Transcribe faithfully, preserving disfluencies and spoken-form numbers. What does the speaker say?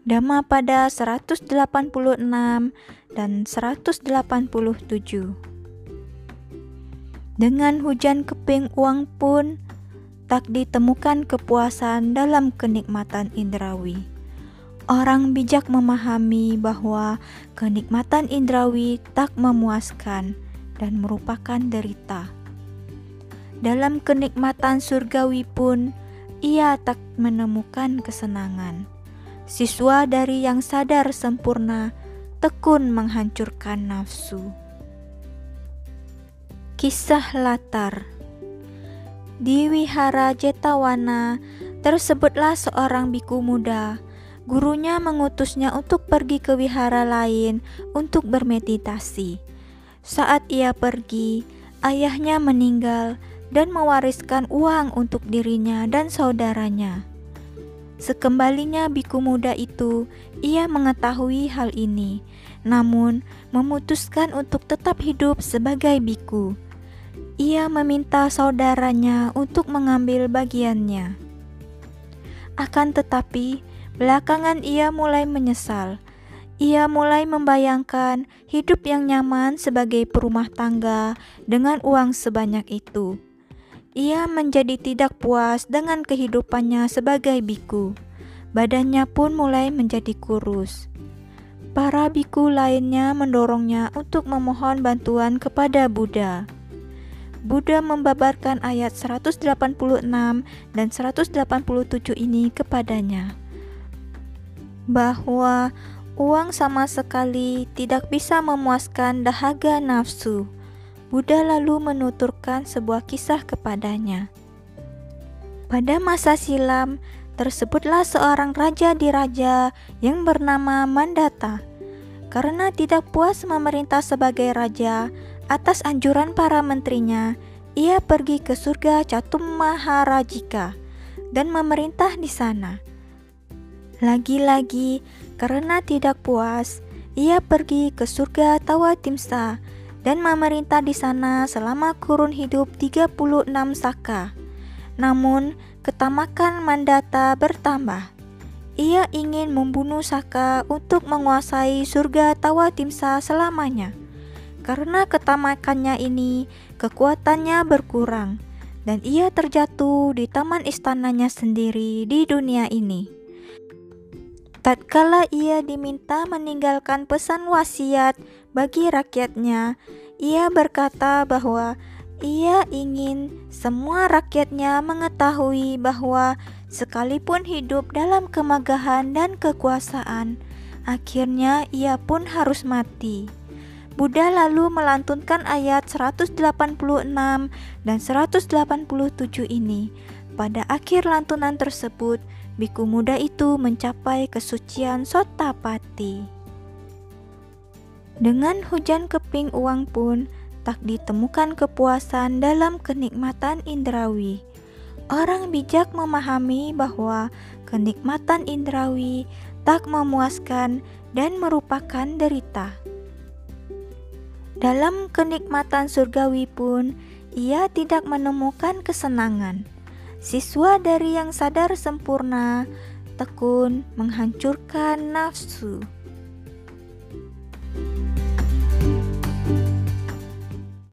Dhammapada seratus delapan puluh enam dan seratus delapan puluh tujuh. Dengan hujan keping uang pun tak ditemukan kepuasan dalam kenikmatan indrawi. Orang bijak memahami bahwa kenikmatan indrawi tak memuaskan dan merupakan derita. Dalam kenikmatan surgawi pun ia tak menemukan kesenangan. Siswa dari yang sadar sempurna tekun menghancurkan nafsu. Kisah latar. Di Wihara Jetawana tersebutlah seorang biku muda. Gurunya mengutusnya untuk pergi ke wihara lain untuk bermeditasi. Saat ia pergi, ayahnya meninggal dan mewariskan uang untuk dirinya dan saudaranya. Sekembalinya biku muda itu, ia mengetahui hal ini, namun memutuskan untuk tetap hidup sebagai biku. Ia meminta saudaranya untuk mengambil bagiannya. Akan tetapi, belakangan ia mulai menyesal. Ia mulai membayangkan hidup yang nyaman sebagai perumah tangga dengan uang sebanyak itu. Ia menjadi tidak puas dengan kehidupannya sebagai biku. Badannya pun mulai menjadi kurus. Para biku lainnya mendorongnya untuk memohon bantuan kepada Buddha. Buddha membabarkan ayat seratus delapan puluh enam dan seratus delapan puluh tujuh ini kepadanya, bahwa uang sama sekali tidak bisa memuaskan dahaga nafsu. Buddha lalu menuturkan sebuah kisah kepadanya. Pada masa silam, tersebutlah seorang raja di raja yang bernama Mandata. Karena tidak puas memerintah sebagai raja, atas anjuran para menterinya, ia pergi ke surga Catummaharajika dan memerintah di sana. Lagi-lagi, karena tidak puas, ia pergi ke surga Tawatimsa dan memerintah di sana selama kurun hidup tiga puluh enam saka. Namun, ketamakan Mandata bertambah. Ia ingin membunuh Saka untuk menguasai surga Tawatimsa selamanya. Karena ketamakannya ini, kekuatannya berkurang, dan ia terjatuh di taman istananya sendiri di dunia ini. Tatkala ia diminta meninggalkan pesan wasiat bagi rakyatnya, ia berkata bahwa ia ingin semua rakyatnya mengetahui bahwa sekalipun hidup dalam kemegahan dan kekuasaan, akhirnya ia pun harus mati. Buddha lalu melantunkan ayat seratus delapan puluh enam dan seratus delapan puluh tujuh ini. Pada akhir lantunan tersebut, biku muda itu mencapai kesucian Sotapati. Dengan hujan keping uang pun, tak ditemukan kepuasan dalam kenikmatan indrawi. Orang bijak memahami bahwa kenikmatan indrawi tak memuaskan dan merupakan derita. Dalam kenikmatan surgawi pun, ia tidak menemukan kesenangan. Siswa dari yang sadar sempurna tekun menghancurkan nafsu.